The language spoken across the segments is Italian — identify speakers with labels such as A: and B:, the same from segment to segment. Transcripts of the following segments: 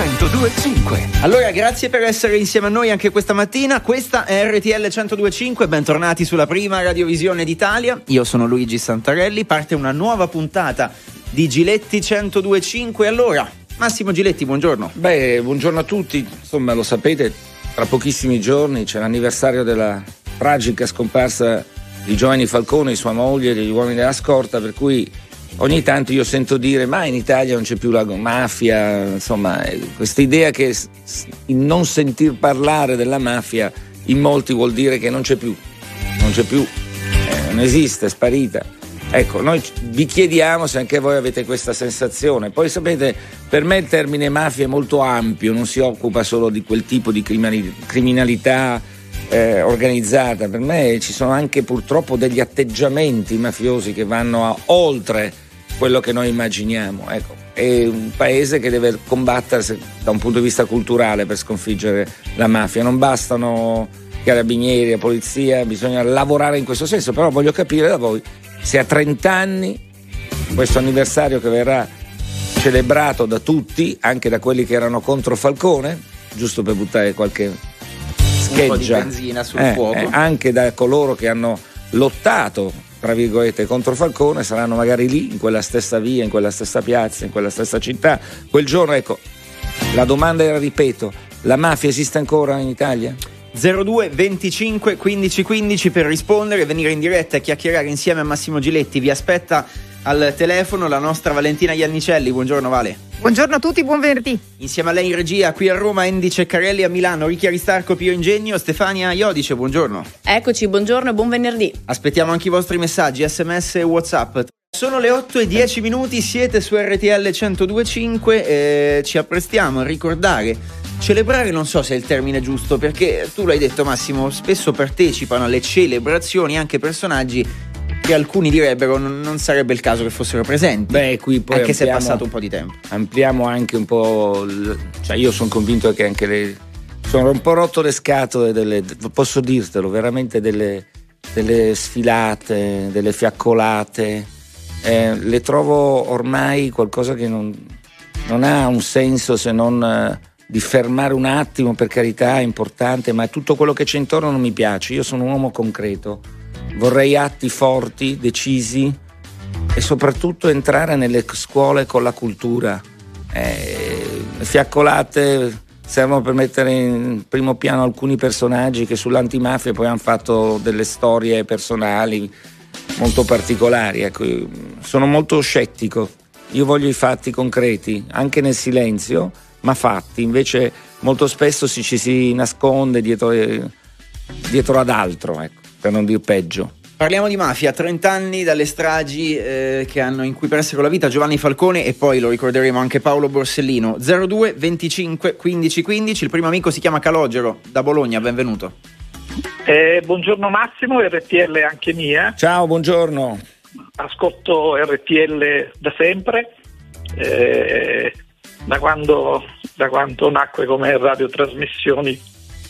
A: 102.5.
B: Allora, grazie per essere insieme a noi anche questa mattina. Questa è RTL 102.5, bentornati sulla prima radiovisione d'Italia. Io sono Luigi Santarelli, parte una nuova puntata di Giletti 102.5. Allora, Massimo Giletti, buongiorno.
C: Buongiorno a tutti. Insomma, lo sapete, tra pochissimi giorni c'è l'anniversario della tragica scomparsa di Giovanni Falcone, sua moglie, degli uomini della scorta, per cui ogni tanto io sento dire ma in Italia non c'è più la mafia, insomma, questa idea che il non sentir parlare della mafia in molti vuol dire che non c'è più, non esiste, è sparita. Ecco, noi vi chiediamo se anche voi avete questa sensazione. Poi sapete, per me il termine mafia è molto ampio, non si occupa solo di quel tipo di criminalità organizzata. Per me ci sono anche purtroppo degli atteggiamenti mafiosi che vanno oltre quello che noi immaginiamo. Ecco, è un paese che deve combattersi da un punto di vista culturale per sconfiggere la mafia. Non bastano carabinieri e polizia, bisogna lavorare in questo senso. Però voglio capire da voi se a 30 anni questo anniversario che verrà celebrato da tutti, anche da quelli che erano contro Falcone, giusto per buttare qualche scheggia,
B: un po' di benzina sul fuoco,
C: anche da coloro che hanno lottato tra virgolette contro Falcone, saranno magari lì in quella stessa via, in quella stessa piazza, in quella stessa città quel giorno. Ecco, la domanda era, ripeto, la mafia esiste ancora in Italia?
B: 02 25 15 15 per rispondere, venire in diretta e chiacchierare insieme a Massimo Giletti. Vi aspetta al telefono la nostra Valentina Iannicelli. Buongiorno Vale.
D: Buongiorno a tutti, buon venerdì.
B: Insieme a lei in regia qui a Roma Andy Ceccarelli, a Milano Ricchi Aristarco, Pio Ingegno, Stefania Iodice. Buongiorno.
E: Eccoci, buongiorno e buon venerdì.
B: Aspettiamo anche i vostri messaggi, SMS e WhatsApp. Sono le 8:10, siete su RTL 102.5 e ci apprestiamo a ricordare, celebrare non so se è il termine giusto, perché tu l'hai detto Massimo, spesso partecipano alle celebrazioni anche personaggi che alcuni direbbero non sarebbe il caso che fossero presenti.
C: Qui poi
B: anche se è passato un po' di tempo.
C: Ampliamo anche un po', cioè io sono convinto che anche sono un po' rotto le scatole posso dirtelo, veramente delle sfilate, delle fiaccolate, le trovo ormai qualcosa che non ha un senso se non di fermare un attimo, per carità è importante, ma tutto quello che c'è intorno non mi piace. Io sono un uomo concreto, vorrei atti forti, decisi e soprattutto entrare nelle scuole con la cultura. Le fiaccolate servono per mettere in primo piano alcuni personaggi che sull'antimafia poi hanno fatto delle storie personali molto particolari. Ecco, sono molto scettico, io voglio i fatti concreti, anche nel silenzio, ma fatti. Invece molto spesso ci si nasconde dietro ad altro, ecco, per non dir peggio.
B: Parliamo di mafia, 30 anni dalle stragi in cui persero la vita Giovanni Falcone e poi lo ricorderemo anche Paolo Borsellino. 02 25 15 15, il primo amico si chiama Calogero da Bologna, benvenuto.
F: Buongiorno Massimo, RTL anche mia.
C: Ciao, buongiorno.
F: Ascolto RTL da sempre, da quando nacque come radiotrasmissioni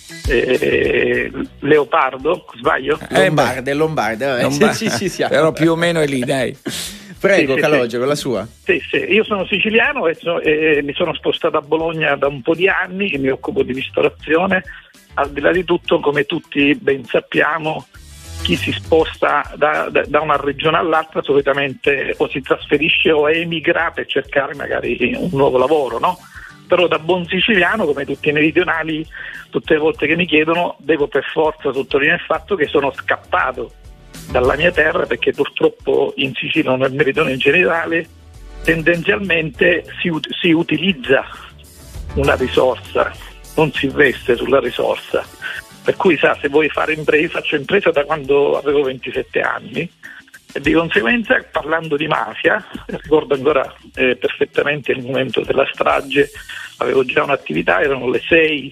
F: Leopardo, sbaglio?
B: Lombarde, ci siamo.
C: Però più o meno è lì, dai.
B: Prego, sì, Calogero, la sua.
F: Sì, io sono siciliano e mi sono spostato a Bologna da un po' di anni e mi occupo di ristorazione. Al di là di tutto, come tutti ben sappiamo, chi si sposta da una regione all'altra solitamente o si trasferisce o emigra per cercare magari un nuovo lavoro, no? Però da buon siciliano, come tutti i meridionali, tutte le volte che mi chiedono devo per forza sottolineare il fatto che sono scappato dalla mia terra, perché purtroppo in Sicilia o nel meridione in generale tendenzialmente si utilizza una risorsa, non si investe sulla risorsa. Per cui se vuoi fare impresa, faccio impresa da quando avevo 27 anni e di conseguenza, parlando di mafia, ricordo ancora perfettamente il momento della strage, avevo già un'attività, erano le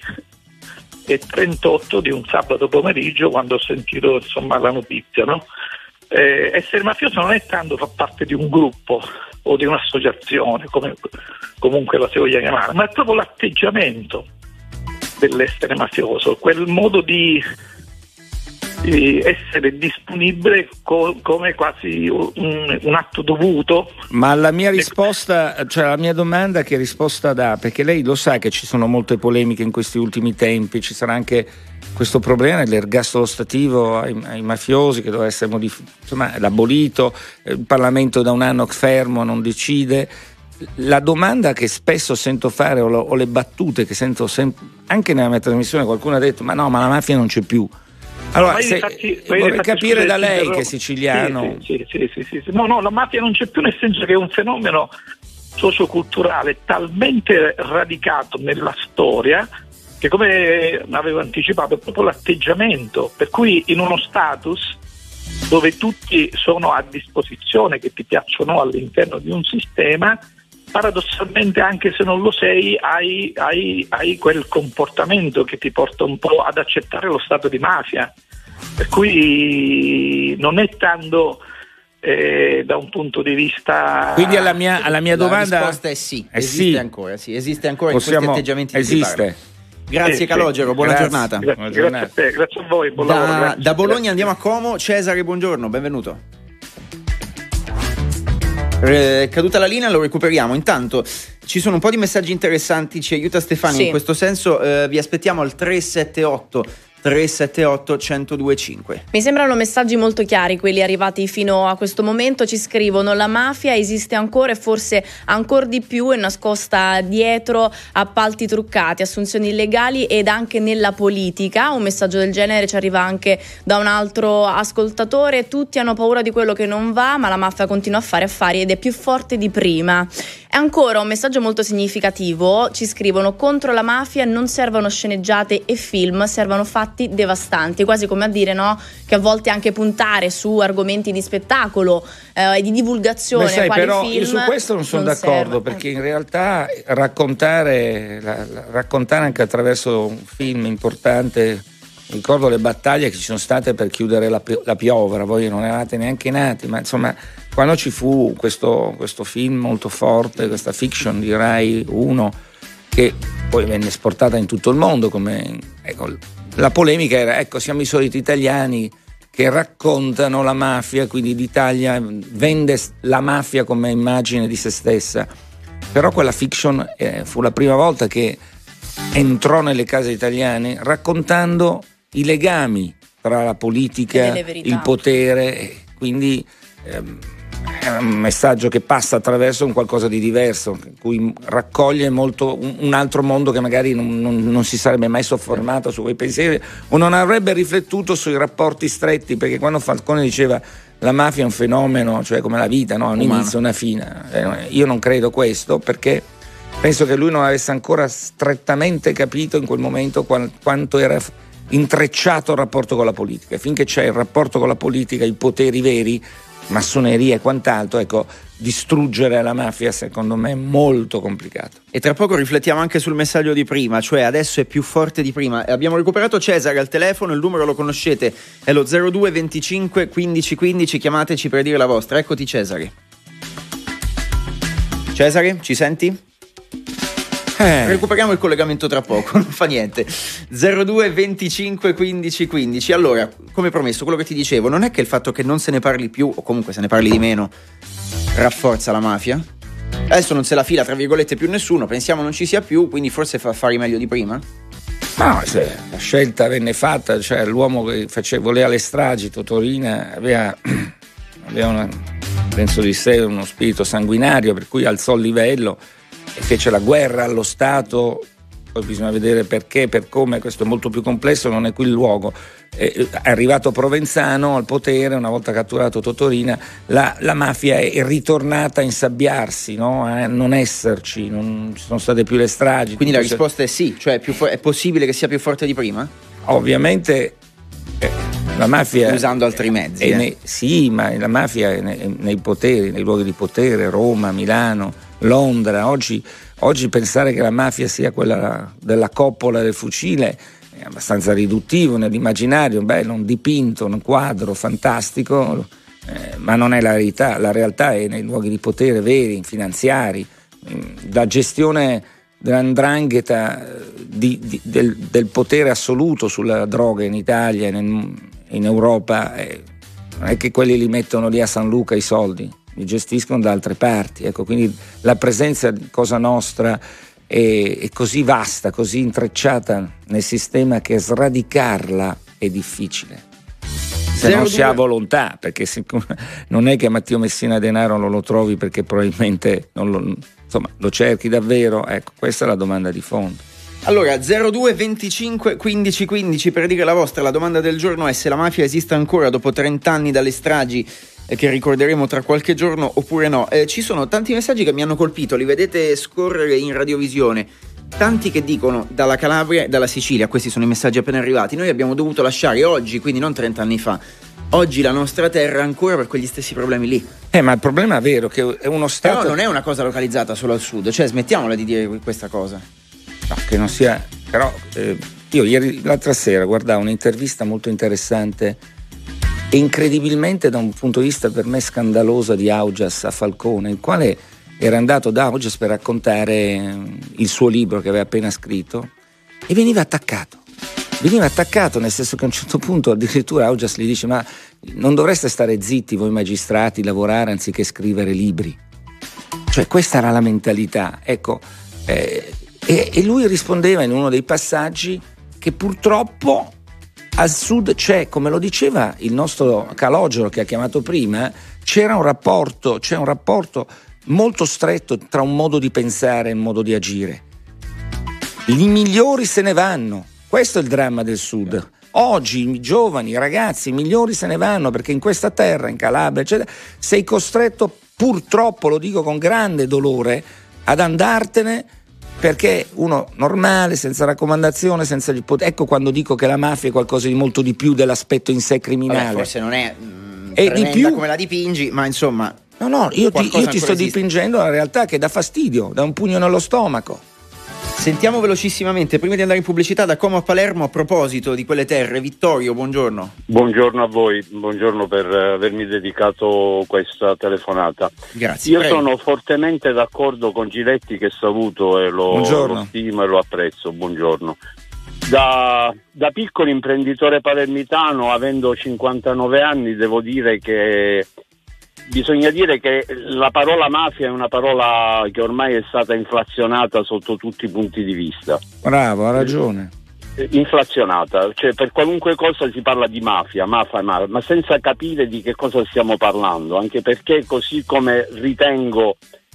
F: 6:38 di un sabato pomeriggio quando ho sentito insomma la notizia, no? Essere mafioso non è tanto far parte di un gruppo o di un'associazione, come comunque la si voglia chiamare, ma è proprio l'atteggiamento dell'essere mafioso, quel modo di essere disponibile come quasi un atto dovuto.
C: Ma la mia risposta, cioè la mia domanda, che risposta dà? Perché lei lo sa che ci sono molte polemiche in questi ultimi tempi, ci sarà anche questo problema dell'ergastolo stativo ai mafiosi che dovrà essere abolito, il Parlamento da un anno fermo, non decide. La domanda che spesso sento fare o le battute che sento anche nella mia trasmissione, qualcuno ha detto ma la mafia non c'è più. Allora, vorrei capire da lei che è siciliano.
F: Sì. No, la mafia non c'è più, nel senso che è un fenomeno socioculturale talmente radicato nella storia che, come avevo anticipato, è proprio l'atteggiamento, per cui in uno status dove tutti sono a disposizione, che ti piacciono all'interno di un sistema, paradossalmente, anche se non lo sei, hai quel comportamento che ti porta un po' ad accettare lo stato di mafia, per cui non è tanto da un punto di vista.
C: Quindi alla mia domanda
B: la risposta è sì, esiste ancora in questi atteggiamenti.
C: Esiste.
B: Grazie Calogero, buona giornata.
F: Grazie a te, grazie a voi, buon lavoro.
B: Da Bologna andiamo a Como. Cesare, buongiorno, benvenuto. Caduta la linea, lo recuperiamo. Intanto ci sono un po' di messaggi interessanti, ci aiuta Stefano in questo senso. Vi aspettiamo al 378 1025.
E: Mi sembrano messaggi molto chiari quelli arrivati fino a questo momento. Ci scrivono: la mafia esiste ancora e forse ancora di più, è nascosta dietro appalti truccati, assunzioni illegali ed anche nella politica. Un messaggio del genere ci arriva anche da un altro ascoltatore: tutti hanno paura di quello che non va, ma la mafia continua a fare affari ed è più forte di prima. E ancora un messaggio molto significativo, ci scrivono: contro la mafia non servono sceneggiate e film, servono fatti devastanti, quasi come a dire, no, che a volte anche puntare su argomenti di spettacolo e di divulgazione.
C: Sai,
E: quali
C: però
E: film,
C: io su questo non sono d'accordo,
E: serve.
C: Perché in realtà raccontare anche attraverso un film importante. Ricordo le battaglie che ci sono state per chiudere la piovra, voi non eravate neanche nati, ma insomma quando ci fu questo film molto forte, questa fiction di Rai 1 che poi venne esportata in tutto il mondo, la polemica era, siamo i soliti italiani che raccontano la mafia, quindi l'Italia vende la mafia come immagine di se stessa, però quella fiction fu la prima volta che entrò nelle case italiane raccontando i legami tra la politica, il potere, quindi è un messaggio che passa attraverso un qualcosa di diverso, in cui raccoglie molto un altro mondo che magari non si sarebbe mai soffermato su quei pensieri o non avrebbe riflettuto sui rapporti stretti, perché quando Falcone diceva la mafia è un fenomeno, cioè come la vita, no? Un inizio e una fine, io non credo questo, perché penso che lui non avesse ancora strettamente capito in quel momento quanto era intrecciato il rapporto con la politica. Finché c'è il rapporto con la politica, i poteri veri, massoneria e quant'altro, distruggere la mafia secondo me è molto complicato.
B: E tra poco riflettiamo anche sul messaggio di prima, cioè adesso è più forte di prima. Abbiamo recuperato Cesare al telefono, il numero lo conoscete, è lo 02 25 15 15, chiamateci per dire la vostra. Eccoti Cesare. Cesare, ci senti? Recuperiamo il collegamento tra poco, non fa niente. 02 25 15 15. Allora, come promesso, quello che ti dicevo, non è che il fatto che non se ne parli più, o comunque se ne parli di meno, rafforza la mafia? Adesso non se la fila, tra virgolette, più nessuno, pensiamo non ci sia più, quindi forse fa affari meglio di prima?
C: No, la scelta venne fatta, cioè l'uomo che voleva le stragi, Totorina, aveva penso di sé uno spirito sanguinario, per cui alzò il livello e fece la guerra allo Stato. Poi bisogna vedere perché, per come, questo è molto più complesso, non è qui il luogo. È arrivato Provenzano al potere, una volta catturato Totorina, la mafia è ritornata a insabbiarsi, no? A non esserci, non ci sono state più le stragi.
B: Quindi la risposta è sì, cioè è possibile che sia più forte di prima?
C: Ovviamente la mafia,
B: usando altri mezzi.
C: Sì, ma la mafia è nei poteri, nei luoghi di potere, Roma, Milano, Londra. Oggi pensare che la mafia sia quella della coppola del fucile è abbastanza riduttivo nell'immaginario, bello, un dipinto, un quadro fantastico, ma non è la verità. La realtà è nei luoghi di potere veri, finanziari, la gestione dell''ndrangheta, del potere assoluto sulla droga in Italia e in Europa, non è che quelli li mettono lì a San Luca i soldi, li gestiscono da altre parti, ecco, quindi la presenza di Cosa Nostra è così vasta, così intrecciata nel sistema, che sradicarla è difficile. Se non si ha volontà, perché non è che Matteo Messina Denaro non lo trovi perché probabilmente lo cerchi davvero, ecco, questa è la domanda di fondo.
B: Allora 02 25 15 15 per dire la vostra. La domanda del giorno è se la mafia esiste ancora dopo 30 anni dalle stragi che ricorderemo tra qualche giorno oppure no. Ci sono tanti messaggi che mi hanno colpito, li vedete scorrere in radiovisione, tanti che dicono dalla Calabria e dalla Sicilia. Questi sono i messaggi appena arrivati. Noi abbiamo dovuto lasciare oggi, quindi non 30 anni fa, oggi la nostra terra ancora per quegli stessi problemi lì.
C: Ma il problema è vero che è uno stato,
B: però non è una cosa localizzata solo al sud, cioè smettiamola di dire questa cosa.
C: No, che non sia, però io l'altra sera guardavo un'intervista molto interessante e incredibilmente da un punto di vista per me scandalosa di Augias a Falcone, il quale era andato da Augias per raccontare il suo libro che aveva appena scritto e veniva attaccato nel senso che a un certo punto addirittura Augias gli dice: ma non dovreste stare zitti voi magistrati, lavorare anziché scrivere libri? Cioè questa era la mentalità, ecco. E lui rispondeva in uno dei passaggi che purtroppo al sud c'è, come lo diceva il nostro Calogero che ha chiamato prima, c'è un rapporto molto stretto tra un modo di pensare e un modo di agire. I migliori se ne vanno, questo è il dramma del sud. Oggi i giovani, i ragazzi, i migliori se ne vanno perché in questa terra, in Calabria, eccetera, sei costretto, purtroppo, lo dico con grande dolore, ad andartene, perché uno normale, senza raccomandazione, senza gli ecco quando dico che la mafia è qualcosa di molto di più dell'aspetto in sé criminale.
B: Vabbè, forse non è
C: di più
B: come la dipingi, ma insomma.
C: No, io ti sto dipingendo la realtà che dà fastidio, dà un pugno nello stomaco.
B: Sentiamo velocissimamente, prima di andare in pubblicità, da Como a Palermo, a proposito di quelle terre. Vittorio, buongiorno.
A: Buongiorno a voi, buongiorno per avermi dedicato questa telefonata.
B: Grazie.
A: Io sono fortemente d'accordo con Giletti, che saluto e lo stimo e lo apprezzo. Buongiorno. Da piccolo imprenditore palermitano, avendo 59 anni, devo dire che bisogna dire che la parola mafia è una parola che ormai è stata inflazionata sotto tutti i punti di vista.
C: Bravo, ha ragione.
A: Inflazionata, cioè per qualunque cosa si parla di mafia, ma senza capire di che cosa stiamo parlando, anche perché così come ritengo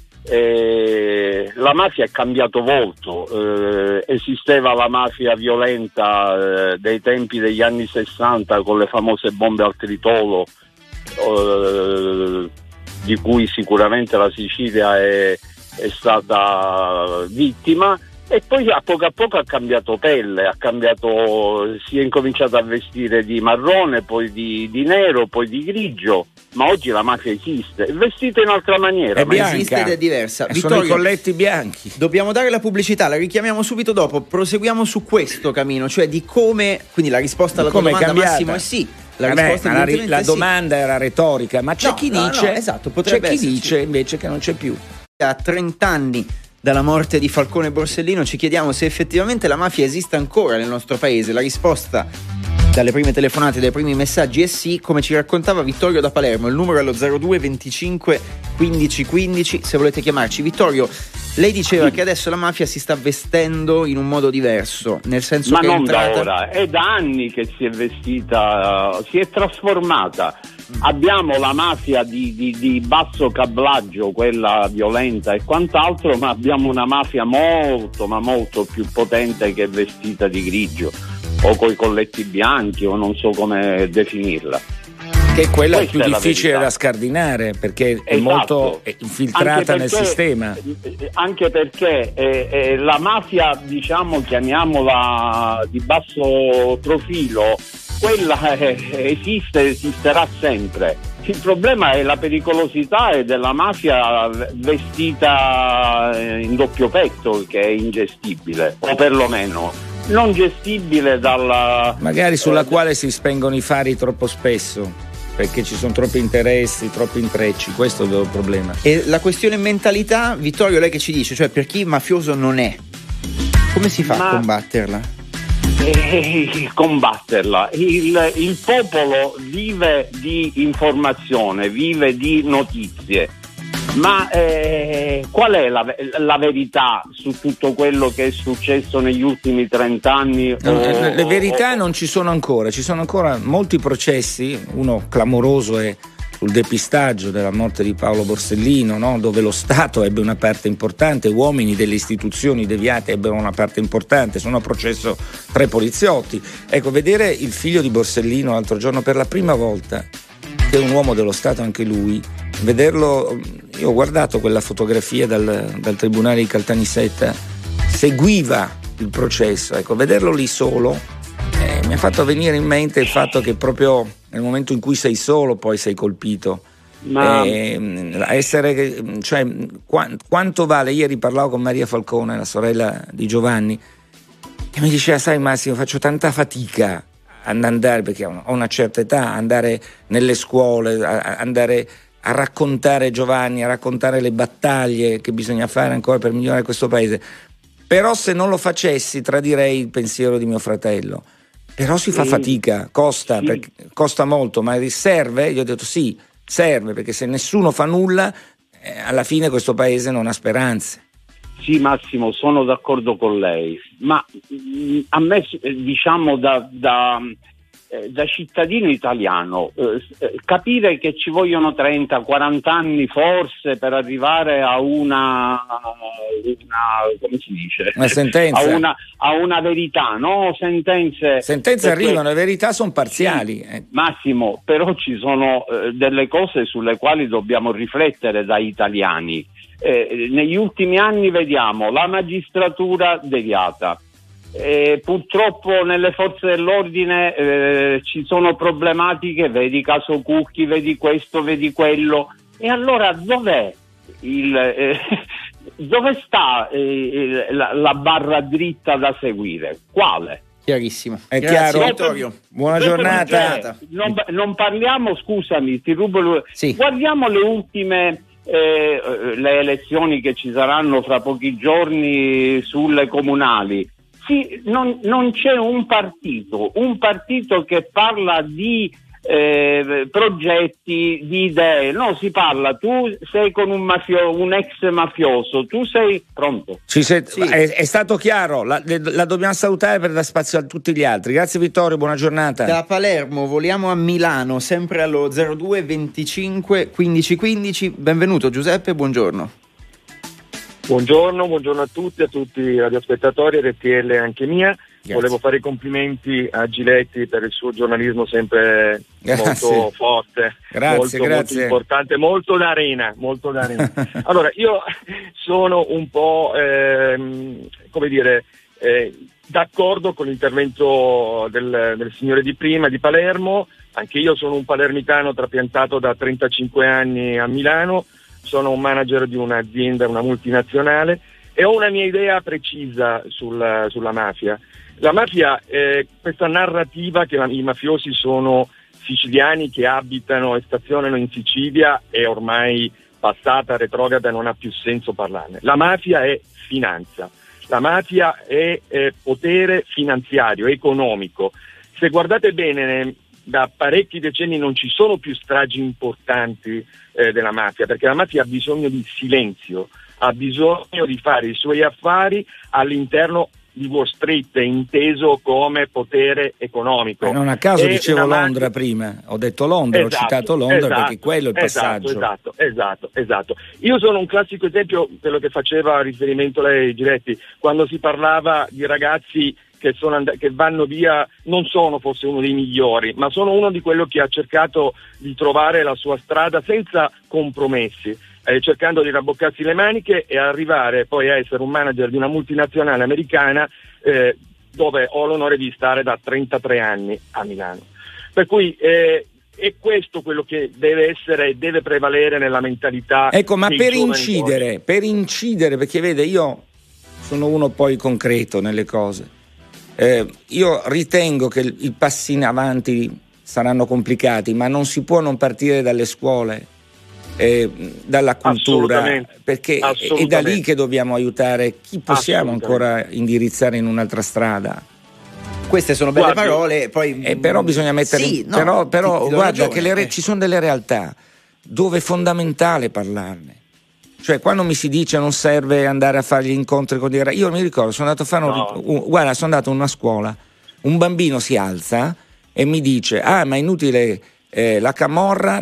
A: la mafia è cambiato volto, esisteva la mafia violenta dei tempi degli anni 60 con le famose bombe al tritolo, di cui sicuramente la Sicilia è stata vittima, e poi a poco ha cambiato pelle, si è incominciato a vestire di marrone, poi di nero, poi di grigio, ma oggi la mafia esiste, è vestita in un'altra maniera,
C: è bianca,
B: esiste ed è diversa.
C: Vittorio, sono i colletti bianchi.
B: Dobbiamo dare la pubblicità, la richiamiamo subito dopo, proseguiamo su questo cammino, cioè di come, quindi la risposta alla tua domanda, Massimo, è sì.
C: La domanda era retorica, ma c'è chi dice,
B: esatto,
C: c'è chi dice invece che non c'è più.
B: A 30 anni dalla morte di Falcone e Borsellino ci chiediamo se effettivamente la mafia esiste ancora nel nostro paese. La risposta dalle prime telefonate, dai primi messaggi è sì, come ci raccontava Vittorio da Palermo. Il numero è lo 02 25 15 15 se volete chiamarci. Vittorio, lei diceva che adesso la mafia si sta vestendo in un modo diverso, nel senso
A: ma
B: che
A: non da ora, è da anni che si è vestita, si è trasformata. Abbiamo la mafia di basso cablaggio, quella violenta e quant'altro, ma abbiamo una mafia molto ma molto più potente che è vestita di grigio o coi colletti bianchi o non so come definirla.
C: Che è quella più difficile da scardinare perché è molto infiltrata nel sistema.
A: Anche perché la mafia, diciamo, chiamiamola di basso profilo, quella esisterà sempre. Il problema è la pericolosità della mafia vestita in doppio petto, che è ingestibile, o perlomeno non gestibile
C: magari sulla quale si spengono i fari troppo spesso, perché ci sono troppi interessi, troppi intrecci, questo è il vero problema.
B: E la questione mentalità, Vittorio, lei che ci dice, cioè per chi mafioso non è, come si fa a combatterla?
A: combatterla. Il popolo vive di informazione, vive di notizie, ma qual è la verità su tutto quello che è successo negli ultimi 30 anni?
C: Le verità non ci sono ancora molti processi. Uno clamoroso è sul depistaggio della morte di Paolo Borsellino, no? Dove lo Stato ebbe una parte importante, uomini delle istituzioni deviate ebbero una parte importante, sono a processo 3 poliziotti. Ecco, vedere il figlio di Borsellino l'altro giorno per la prima volta, che è un uomo dello Stato anche lui, vederlo, io ho guardato quella fotografia dal tribunale di Caltanissetta, seguiva il processo, ecco, vederlo lì solo mi ha fatto venire in mente il fatto che proprio nel momento in cui sei solo poi sei colpito. Cioè, quanto vale? Ieri parlavo con Maria Falcone, la sorella di Giovanni, che mi diceva: sai Massimo, faccio tanta fatica ad andare, perché ho una certa età, andare nelle scuole, andare a raccontare Giovanni, a raccontare le battaglie che bisogna fare ancora per migliorare questo paese. Però se non lo facessi tradirei il pensiero di mio fratello. Però si fa fatica, costa, perché costa molto, ma serve? Io ho detto sì, serve, perché se nessuno fa nulla, alla fine questo paese non ha speranze.
A: Sì, Massimo, sono d'accordo con lei, ma a me, diciamo, da cittadino italiano, capire che ci vogliono 30-40 anni forse per arrivare a una come si dice?
C: Una sentenza.
A: A una verità, no? Sentenze
C: arrivano, le verità sono parziali.
A: Sì, Massimo, però ci sono delle cose sulle quali dobbiamo riflettere da italiani. Negli ultimi anni vediamo la magistratura deviata. Purtroppo nelle forze dell'ordine ci sono problematiche, vedi caso Cucchi, vedi questo, vedi quello, e allora dove sta la barra dritta da seguire? Quale?
B: Chiarissimo.
C: È chiaro. Vittorio. Buona giornata.
A: Non parliamo, scusami, ti rubo.
B: Sì.
A: Guardiamo le ultime le elezioni che ci saranno fra pochi giorni sulle comunali. Sì, non c'è un partito che parla di progetti, di idee. No, si parla, tu sei con un ex mafioso, tu sei pronto.
C: Sì. È stato chiaro, la dobbiamo salutare per dare spazio a tutti gli altri. Grazie Vittorio, buona giornata.
B: Da Palermo voliamo a Milano, sempre allo 02 25 15 15. Benvenuto Giuseppe, buongiorno.
D: Buongiorno a tutti i radioaspettatori, RTL anche mia. Grazie. Volevo fare i complimenti a Giletti per il suo giornalismo sempre molto forte, molto importante, molto d'arena. Allora, io sono un po' d'accordo con l'intervento del signore di prima di Palermo. Anche io sono un palermitano trapiantato da 35 anni a Milano. Sono un manager di un'azienda, una multinazionale, e ho una mia idea precisa sulla mafia. La mafia è questa narrativa che i mafiosi sono siciliani che abitano e stazionano in Sicilia, è ormai passata, retrograda, non ha più senso parlarne. La mafia è finanza, la mafia è potere finanziario, economico. Se guardate bene, da parecchi decenni non ci sono più stragi importanti della mafia, perché la mafia ha bisogno di silenzio, ha bisogno di fare i suoi affari all'interno di Wall Street, inteso come potere economico.
C: Non a caso dicevo Londra prima, ho detto Londra, ho citato Londra perché quello è il passaggio.
D: Esatto. Io sono un classico esempio, quello che faceva riferimento lei, Giletti, quando si parlava di ragazzi che vanno via. Non sono forse uno dei migliori, ma sono uno di quello che ha cercato di trovare la sua strada senza compromessi, cercando di rabboccarsi le maniche e arrivare poi a essere un manager di una multinazionale americana, dove ho l'onore di stare da 33 anni a Milano. Per cui è questo quello che deve essere e deve prevalere nella mentalità.
C: Ecco, ma per incidere, perché vede, io sono uno poi concreto nelle cose. Io ritengo che i passi in avanti saranno complicati, ma non si può non partire dalle scuole, dalla cultura, perché è da lì che dobbiamo aiutare chi possiamo ancora indirizzare in un'altra strada.
B: queste sono belle parole, poi
C: però bisogna mettere però guarda che ci sono delle realtà dove è fondamentale parlarne. Cioè, quando mi si dice non serve andare a fare gli incontri con io mi ricordo, sono andato a fare sono andato in una scuola, un bambino si alza e mi dice: ma è inutile, la camorra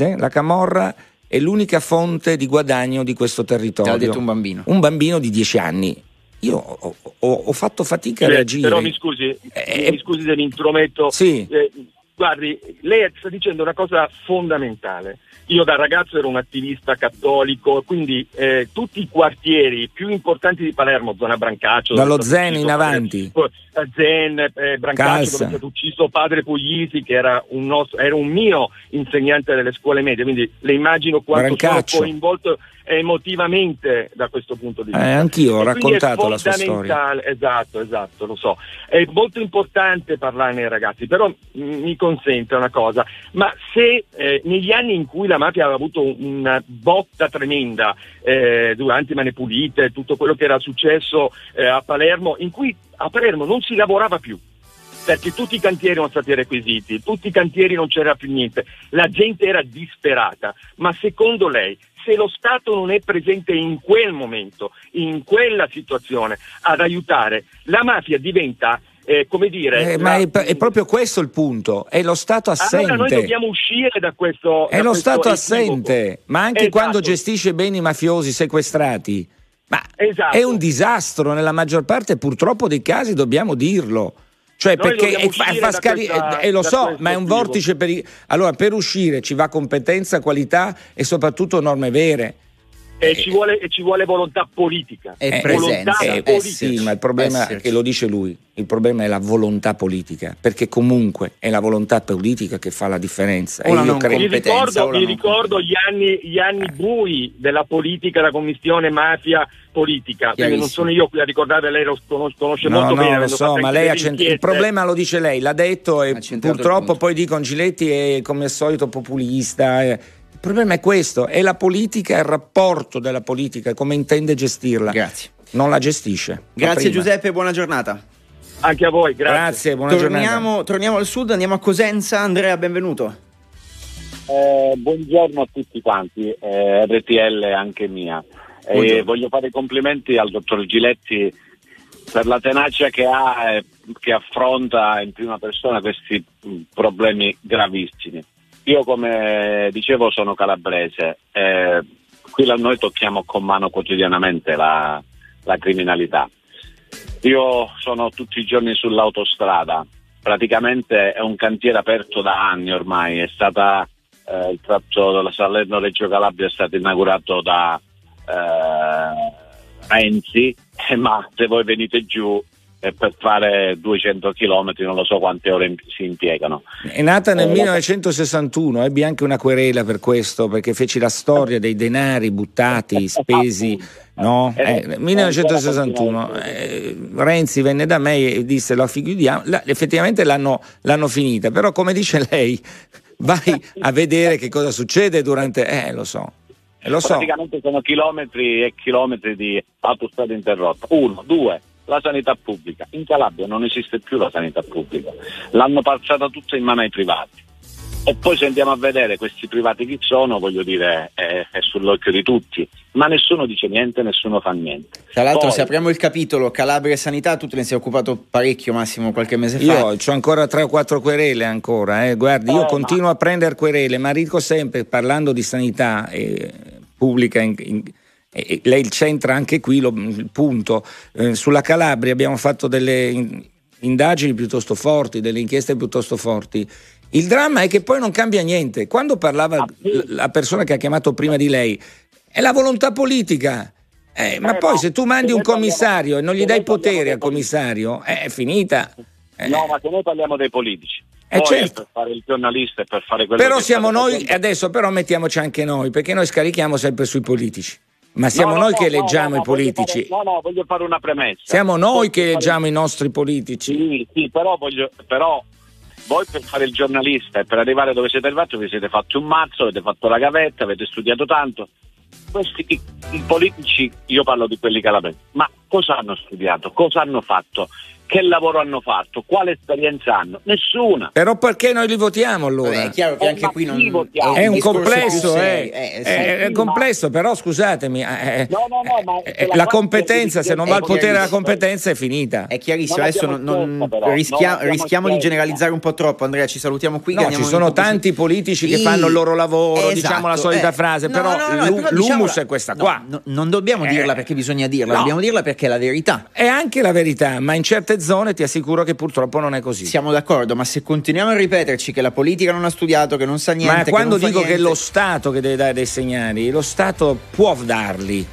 C: è l'unica fonte di guadagno di questo territorio.
B: Te l'ha detto un bambino?
C: Un bambino di 10 anni. Io ho fatto fatica a reagire.
D: Però mi scusi se mi intrometto.
C: Sì.
D: Guardi, lei sta dicendo una cosa fondamentale. Io da ragazzo ero un attivista cattolico, quindi tutti i quartieri più importanti di Palermo, zona Brancaccio,
C: dallo Zen in avanti,
D: Brancaccio,
C: Calza,
D: dove è stato ucciso padre Puglisi, che era un mio insegnante delle scuole medie, quindi le immagino quanto
C: Brancaccio.
D: sono coinvolto emotivamente da questo punto di vista.
C: Anch'io ho raccontato la sua storia.
D: Esatto, lo so. È molto importante parlarne ai ragazzi, però mi consente una cosa: ma se negli anni in cui la mafia aveva avuto una botta tremenda durante Mani Pulite, tutto quello che era successo a Palermo, in cui a Palermo non si lavorava più, perché tutti i cantieri erano stati requisiti, tutti i cantieri non c'era più niente, la gente era disperata, ma secondo lei, se lo Stato non è presente in quel momento, in quella situazione, ad aiutare, la mafia diventa,
C: ma è proprio questo il punto, è lo Stato assente.
D: Allora noi dobbiamo uscire da questo.
C: È lo Stato assente, ma anche quando gestisce bene i mafiosi sequestrati. Ma è un disastro nella maggior parte, purtroppo, dei casi, dobbiamo dirlo. Cioè,
D: noi
C: perché lo so, ma è un vortice allora, per uscire ci va competenza, qualità e soprattutto norme vere.
D: E ci vuole volontà politica
B: e presenza.
C: Sì, ma il problema è che lo dice lui, il problema è la volontà politica, perché comunque è la volontà politica che fa la differenza.
D: Mi ricordo gli anni bui della politica, la commissione mafia politica, quindi non sono io qui a ricordare, lei lo conosce molto bene.
C: Lo so, ma lei il problema lo dice lei, l'ha detto, e purtroppo poi dicono Giletti è come al solito populista. Il problema è questo, è la politica, è il rapporto della politica, come intende gestirla.
B: Grazie.
C: Non la gestisce.
B: Grazie Giuseppe, buona giornata.
D: Anche a voi, grazie.
C: Buona giornata.
B: Torniamo al sud, andiamo a Cosenza. Andrea, benvenuto.
A: Buongiorno a tutti quanti, RTL anche mia. Voglio fare i complimenti al dottor Giletti per la tenacia che ha, che affronta in prima persona questi problemi gravissimi. Io, come dicevo, sono calabrese, qui noi tocchiamo con mano quotidianamente la criminalità. Io sono tutti i giorni sull'autostrada, praticamente è un cantiere aperto da anni ormai, è stata il tratto della Salerno-Reggio Calabria è stato inaugurato da Renzi, ma se voi venite giù per fare 200 chilometri non lo so quante ore si impiegano.
C: È nata nel 1961, ebbi anche una querela per questo, perché feci la storia dei denari buttati, spesi, no? 1961 Renzi venne da me e disse la chiudiamo, effettivamente l'hanno finita, però come dice lei vai a vedere che cosa succede durante, lo so.
A: Praticamente sono chilometri e chilometri di autostrada interrotta. 1, 2, la sanità pubblica. In Calabria non esiste più la sanità pubblica, l'hanno passata tutta in mano ai privati. E poi se andiamo a vedere questi privati chi sono, voglio dire, è sull'occhio di tutti, ma nessuno dice niente, nessuno fa niente.
B: Tra l'altro, se apriamo il capitolo Calabria e sanità, tu te ne sei occupato parecchio, Massimo, qualche mese fa.
C: Io ho ancora 3 o 4 querele ancora, guardi, io continuo a prendere querele, ma dico sempre, parlando di sanità pubblica, lei c'entra anche qui il punto. Sulla Calabria abbiamo fatto delle indagini piuttosto forti, delle inchieste piuttosto forti. Il dramma è che poi non cambia niente. Quando parlava la persona che ha chiamato prima di lei, è la volontà politica. Ma poi se tu mandi un commissario e non gli dai potere al commissario, è finita.
A: No, ma se noi parliamo dei politici, poi
C: certo,
A: per fare il giornalista e per fare quello
C: però
A: che
C: siamo noi, adesso però mettiamoci anche noi, perché noi scarichiamo sempre sui politici. Ma siamo che eleggiamo i politici.
A: Voglio fare una premessa.
C: Siamo noi che eleggiamo i nostri politici.
A: Sì, però voi per fare il giornalista e per arrivare dove siete arrivati vi siete fatti un mazzo, avete fatto la gavetta, avete studiato tanto. Questi i politici, io parlo di quelli calabresi, ma cosa hanno studiato? Cosa hanno fatto? Che lavoro hanno fatto? Quale esperienza hanno? Nessuna.
C: Però perché noi li votiamo allora?
B: È chiaro che anche qui non
C: è un complesso, è complesso, però scusatemi, la competenza, se non va al potere la competenza è finita.
B: È chiarissimo, adesso rischiamo di generalizzare un po' troppo, Andrea, ci salutiamo qui.
C: No, ci sono tanti politici che fanno il loro lavoro, diciamo la solita frase, però l'humus è questa qua.
B: Non dobbiamo dirla perché bisogna dirla, dobbiamo dirla perché è la verità.
C: È anche la verità, ma in certe zone ti assicuro che purtroppo non è così.
B: Siamo d'accordo, ma se continuiamo a ripeterci che la politica non ha studiato, che non sa niente,
C: ma quando dico che è lo
B: Stato
C: Stato che deve dare dei segnali, lo Stato può darli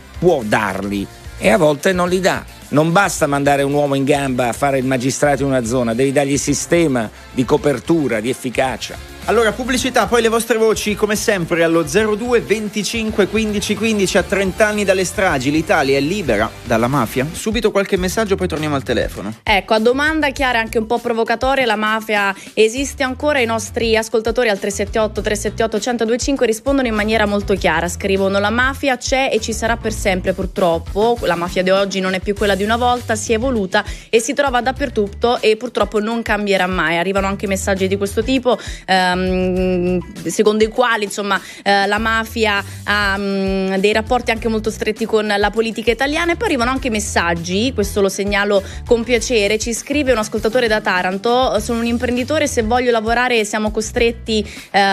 C: e a volte non li dà. Non basta mandare un uomo in gamba a fare il magistrato in una zona, devi dargli sistema di copertura, di efficacia.
B: Allora, pubblicità, poi le vostre voci come sempre allo 02 25 15 15. A 30 anni dalle stragi l'Italia è libera dalla mafia? Subito qualche messaggio, poi torniamo al telefono.
E: Ecco, a domanda chiara e anche un po' provocatoria, la mafia esiste ancora? I nostri ascoltatori al 378 378 1025 rispondono in maniera molto chiara, scrivono: la mafia c'è e ci sarà per sempre, purtroppo la mafia di oggi non è più quella di una volta, si è evoluta e si trova dappertutto e purtroppo non cambierà mai. Arrivano anche messaggi di questo tipo, secondo i quali insomma la mafia ha dei rapporti anche molto stretti con la politica italiana. E poi arrivano anche messaggi, questo lo segnalo con piacere, ci scrive un ascoltatore da Taranto: sono un imprenditore, se voglio lavorare siamo costretti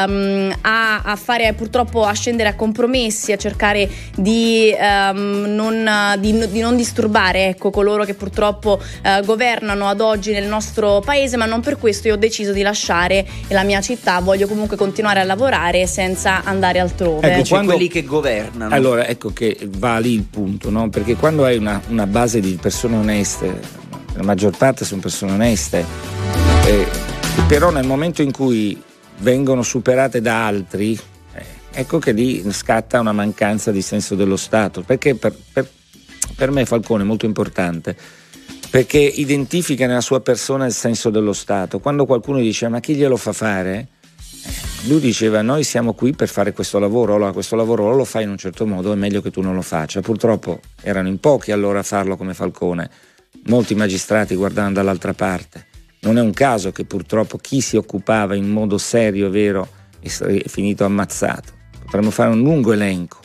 E: a fare, purtroppo a scendere a compromessi, a cercare di non disturbare, ecco, coloro che purtroppo governano ad oggi nel nostro paese, ma non per questo io ho deciso di lasciare la mia città, voglio comunque continuare a lavorare senza andare altrove.
B: Ecco, quando quelli che governano.
C: Allora, ecco che va lì il punto, no? Perché quando hai una base di persone oneste, la maggior parte sono persone oneste, però nel momento in cui vengono superate da altri, ecco che lì scatta una mancanza di senso dello Stato. Perché per me Falcone è molto importante, perché identifica nella sua persona il senso dello Stato. Quando qualcuno dice ma chi glielo fa fare? Lui diceva: noi siamo qui per fare questo lavoro, allora questo lavoro o lo fai in un certo modo, è meglio che tu non lo faccia. Purtroppo erano in pochi allora a farlo come Falcone, molti magistrati guardavano dall'altra parte. Non è un caso che purtroppo chi si occupava in modo serio e vero è finito ammazzato. Potremmo fare un lungo elenco.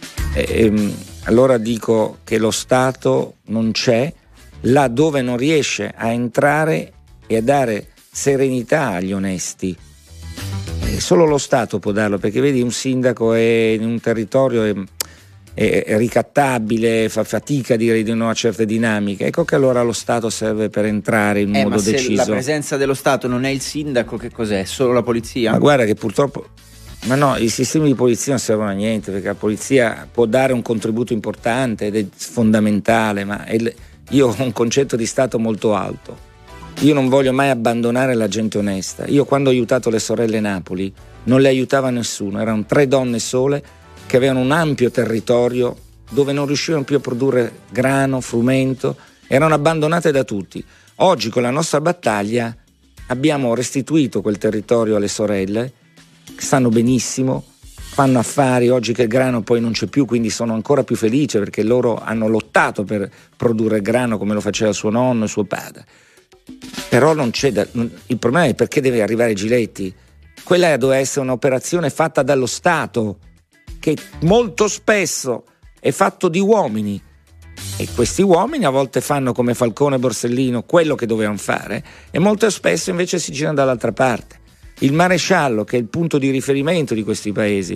C: Allora dico che lo Stato non c'è là dove non riesce a entrare e a dare serenità agli onesti. Solo lo Stato può darlo, perché vedi, un sindaco è in un territorio è ricattabile, fa fatica a dire di no a certe dinamiche. Ecco che allora lo Stato serve per entrare in modo deciso.
B: Ma se la presenza dello Stato non è il sindaco, che cos'è? Solo la polizia?
C: Ma guarda che purtroppo... Ma no, i sistemi di polizia non servono a niente, perché la polizia può dare un contributo importante ed è fondamentale, ma io ho un concetto di Stato molto alto. Io non voglio mai abbandonare la gente onesta. Io quando ho aiutato le sorelle Napoli non le aiutava nessuno, erano 3 donne sole che avevano un ampio territorio dove non riuscivano più a produrre grano, frumento, erano abbandonate da tutti. Oggi con la nostra battaglia abbiamo restituito quel territorio alle sorelle, che stanno benissimo, fanno affari, oggi che il grano poi non c'è più, quindi sono ancora più felice perché loro hanno lottato per produrre grano come lo faceva suo nonno e suo padre. Però non c'è il problema è perché deve arrivare Giletti. Quella doveva essere un'operazione fatta dallo Stato, che molto spesso è fatto di uomini, e questi uomini a volte fanno come Falcone e Borsellino quello che dovevano fare e molto spesso invece si girano dall'altra parte. Il maresciallo, che è il punto di riferimento di questi paesi,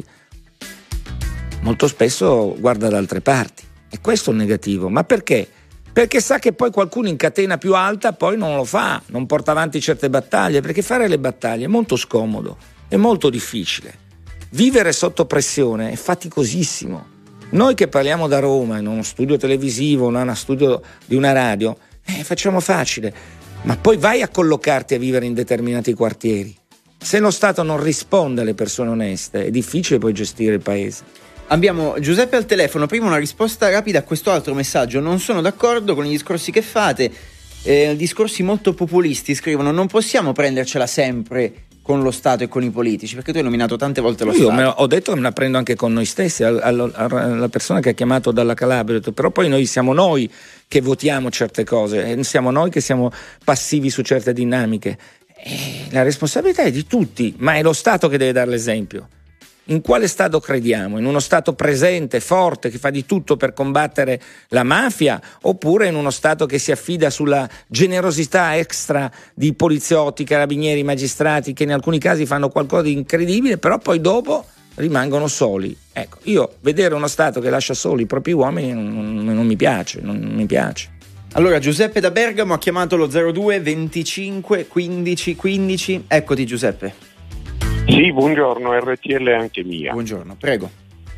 C: molto spesso guarda da altre parti, e questo è un negativo. Ma perché? Perché sa che poi qualcuno in catena più alta poi non lo fa, non porta avanti certe battaglie, perché fare le battaglie è molto scomodo, è molto difficile. Vivere sotto pressione è faticosissimo. Noi che parliamo da Roma, in uno studio televisivo, in uno studio di una radio, facciamo facile, ma poi vai a collocarti a vivere in determinati quartieri. Se lo Stato non risponde alle persone oneste, è difficile poi gestire il paese.
B: Abbiamo Giuseppe al telefono, prima una risposta rapida a questo altro messaggio: non sono d'accordo con i discorsi che fate, discorsi molto populisti, scrivono: non possiamo prendercela sempre con lo Stato e con i politici? Perché tu hai nominato tante volte lo Stato.
C: Io ho detto che me la prendo anche con noi stessi, alla persona che ha chiamato dalla Calabria, ho detto, però poi siamo noi che votiamo certe cose, siamo noi che siamo passivi su certe dinamiche. La responsabilità è di tutti, ma è lo Stato che deve dare l'esempio. In quale Stato crediamo? In uno Stato presente, forte, che fa di tutto per combattere la mafia, oppure in uno Stato che si affida sulla generosità extra di poliziotti, carabinieri, magistrati, che in alcuni casi fanno qualcosa di incredibile, però poi dopo rimangono soli? Ecco, io vedere uno Stato che lascia soli i propri uomini non mi piace, non mi piace.
B: Allora, Giuseppe da Bergamo ha chiamato lo 02 25 15 15. Eccoti, Giuseppe.
G: Sì, buongiorno, RTL anche mia.
B: Buongiorno, prego.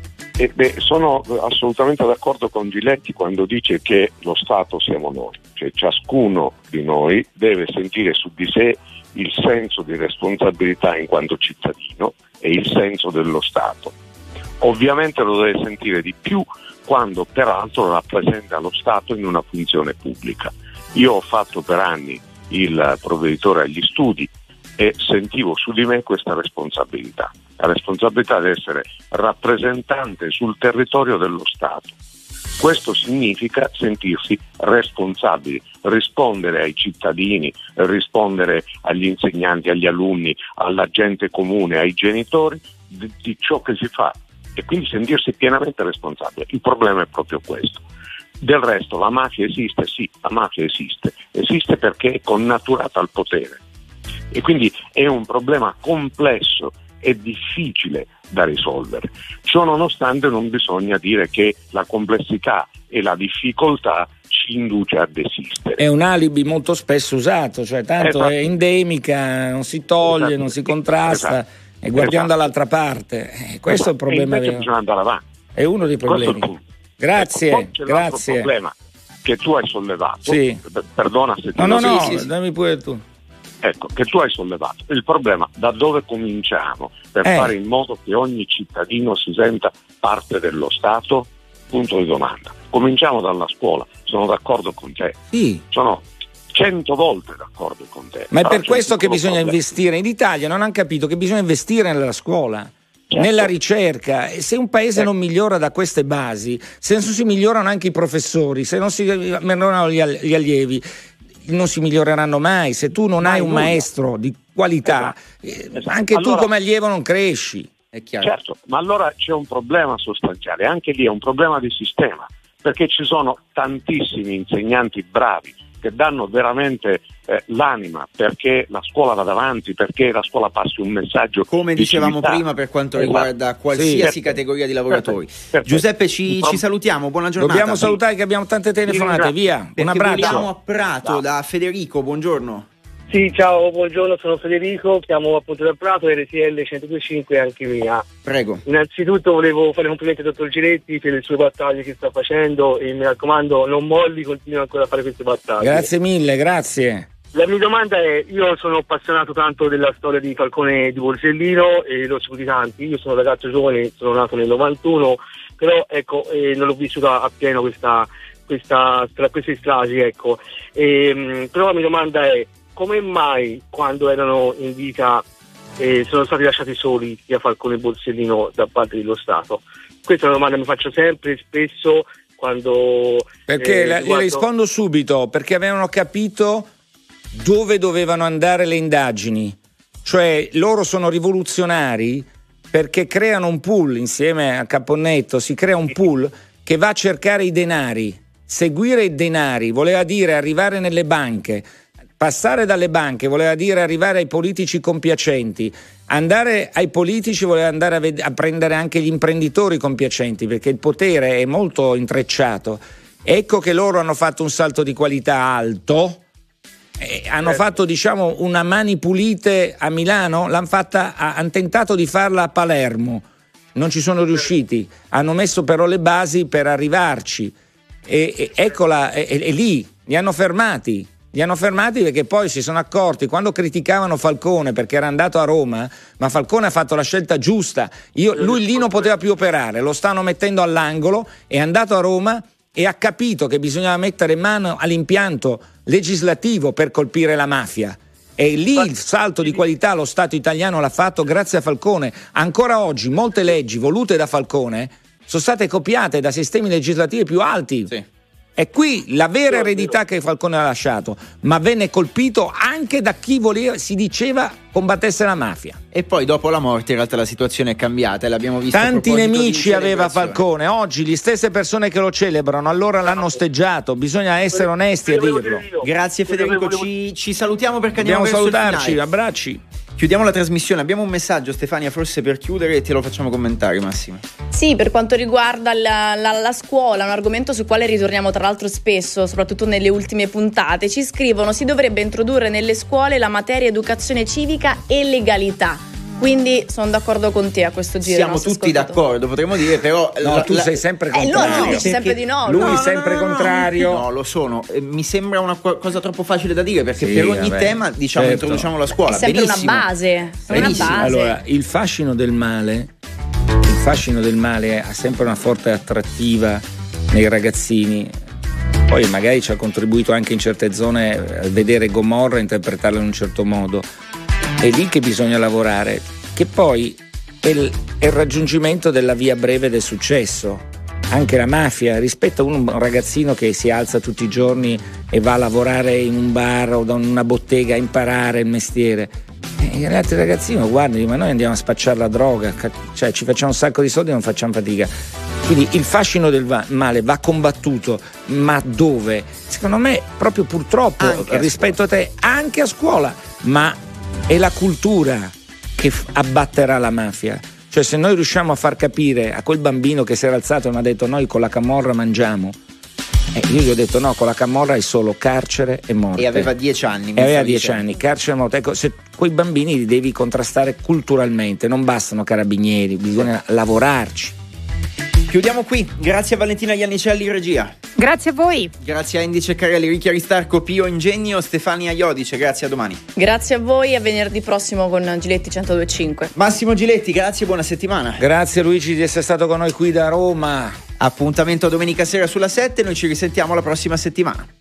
G: Sono assolutamente d'accordo con Giletti quando dice che lo Stato siamo noi, cioè ciascuno di noi deve sentire su di sé il senso di responsabilità in quanto cittadino e il senso dello Stato. Ovviamente lo deve sentire di più quando peraltro rappresenta lo Stato in una funzione pubblica. Io ho fatto per anni il provveditore agli studi e sentivo su di me questa responsabilità. La responsabilità di essere rappresentante sul territorio dello Stato. Questo significa sentirsi responsabili, rispondere ai cittadini, rispondere agli insegnanti, agli alunni, alla gente comune, ai genitori di ciò che si fa e quindi sentirsi pienamente responsabile. Il problema è proprio questo. Del resto la mafia esiste, sì, la mafia esiste perché è connaturata al potere. E quindi è un problema complesso e difficile da risolvere. Ciò nonostante non bisogna dire che la complessità e la difficoltà ci induce a desistere.
C: È un alibi molto spesso usato, cioè tanto è endemica, non si toglie, non si contrasta e guardiamo dall'altra parte. Questo è il problema vero.
G: Bisogna andare avanti.
C: È uno dei problemi. Grazie,
G: poi c'è
C: grazie.
G: Il problema che tu hai sollevato.
C: Sì.
G: Perdona se ti
C: No,
B: sì.
C: dammi pure tu.
G: Ecco, che tu hai sollevato. Il problema, da dove cominciamo per fare in modo che ogni cittadino si senta parte dello Stato? Punto di domanda. Cominciamo dalla scuola, sono d'accordo con te.
C: Sì.
G: Sono 100 volte d'accordo con te.
C: Ma è per questo che bisogna investire. In Italia non hanno capito che bisogna investire nella scuola, nella ricerca, e se un paese non migliora da queste basi, se non si migliorano anche i professori, se non si migliorano gli allievi, non si miglioreranno mai. Se tu non hai un maestro di qualità, anche tu come allievo non cresci.
B: È chiaro.
G: Certo, ma allora c'è un problema sostanziale, anche lì è un problema di sistema, perché ci sono tantissimi insegnanti bravi che danno veramente l'anima perché la scuola vada avanti, perché la scuola passi un messaggio
B: come
G: di
B: dicevamo
G: civiltà.
B: prima per quanto riguarda qualsiasi categoria di lavoratori.
G: Perfetto.
B: Giuseppe, ci salutiamo, buona giornata.
C: Dobbiamo salutare che abbiamo tante telefonate, via. Un abbraccio.
B: Voliamo a Prato da Federico, buongiorno.
H: Sì, ciao, buongiorno, sono Federico, chiamo appunto da Prato, RTL 102.5 anche mia.
B: Prego.
H: Innanzitutto volevo fare complimenti al dottor Giletti per le sue battaglie che sta facendo e mi raccomando non molli, continua ancora a fare queste battaglie.
C: Grazie mille, grazie.
H: La mia domanda è, io sono appassionato tanto della storia di Falcone di Borsellino e l'ho saputo tanti, io sono ragazzo giovane, sono nato nel 91, però ecco non l'ho vissuta appieno queste stragi, ecco. Però la mia domanda è, come mai quando erano in vita sono stati lasciati soli sia Falcone e Borsellino da parte dello Stato? Questa è una domanda che mi faccio sempre, spesso, quando...
C: Perché le rispondo subito, perché avevano capito dove dovevano andare le indagini. Cioè loro sono rivoluzionari perché creano un pool, insieme a Caponnetto si crea un pool che va a cercare i denari. Seguire i denari voleva dire arrivare nelle banche. Passare dalle banche voleva dire arrivare ai politici compiacenti, andare ai politici voleva andare a prendere anche gli imprenditori compiacenti, perché il potere è molto intrecciato. Ecco che loro hanno fatto un salto di qualità alto, hanno fatto diciamo una Mani Pulite a Milano, hanno tentato di farla a Palermo, non ci sono riusciti, hanno messo però le basi per arrivarci e eccola, e lì li hanno fermati. Li hanno fermati perché poi si sono accorti, quando criticavano Falcone perché era andato a Roma, ma Falcone ha fatto la scelta giusta, lui lì non poteva più operare, lo stanno mettendo all'angolo, è andato a Roma e ha capito che bisognava mettere mano all'impianto legislativo per colpire la mafia. E lì il salto di qualità lo Stato italiano l'ha fatto grazie a Falcone. Ancora oggi molte leggi volute da Falcone sono state copiate da sistemi legislativi più alti. Sì. È qui la vera eredità che Falcone ha lasciato, ma venne colpito anche da chi si diceva combattesse la mafia.
B: E poi dopo la morte in realtà la situazione è cambiata e l'abbiamo visto.
C: Tanti nemici aveva Falcone, oggi le stesse persone che lo celebrano allora l'hanno osteggiato, bisogna essere onesti a dirlo.
B: Grazie Federico, ci salutiamo perché
C: dobbiamo salutarci, abbracci.
B: Chiudiamo la trasmissione, abbiamo un messaggio Stefania forse per chiudere e te lo facciamo commentare Massimo.
E: Sì, per quanto riguarda la scuola, un argomento sul quale ritorniamo tra l'altro spesso, soprattutto nelle ultime puntate, ci scrivono: si dovrebbe introdurre nelle scuole la materia educazione civica e legalità. Quindi sono d'accordo con te a questo giro.
B: Siamo tutti d'accordo, potremmo dire, però
C: tu sei sempre contrario.
E: No, dici sempre di no.
C: Lui sempre contrario.
B: No, lo sono. Mi sembra una cosa troppo facile da dire perché per ogni tema introduciamo la scuola.
E: È sempre
B: benissimo.
E: Una base.
C: Allora, il fascino del male ha sempre una forte attrattiva nei ragazzini. Poi magari ci ha contribuito anche in certe zone a vedere Gomorra e interpretarla in un certo modo. È lì che bisogna lavorare, che poi è il raggiungimento della via breve del successo. Anche la mafia, rispetto a un ragazzino che si alza tutti i giorni e va a lavorare in un bar o da una bottega a imparare il mestiere, gli altri ragazzini guardano, ma noi andiamo a spacciare la droga, cioè ci facciamo un sacco di soldi e non facciamo fatica. Quindi il fascino del male va combattuto, ma dove? Secondo me proprio purtroppo anche rispetto a te, anche a scuola, ma è la cultura che abbatterà la mafia. Cioè se noi riusciamo a far capire a quel bambino che si era alzato e mi ha detto noi con la camorra mangiamo, io gli ho detto no, con la camorra è solo carcere e morte.
B: E aveva 10 anni.
C: Aveva 10 anni, carcere e morte. Ecco, se quei bambini li devi contrastare culturalmente, non bastano carabinieri, bisogna lavorarci.
B: Chiudiamo qui, grazie a Valentina Iannicelli in regia.
I: Grazie a voi.
B: Grazie a Andy Ceccarelli, Ricchi Aristarco, Pio Ingegno, Stefania Iodice, grazie a domani.
E: Grazie a voi, a venerdì prossimo con Giletti 102.5.
B: Massimo Giletti, grazie, buona settimana.
C: Grazie Luigi di essere stato con noi qui da Roma.
B: Appuntamento domenica sera sulla 7, noi ci risentiamo la prossima settimana.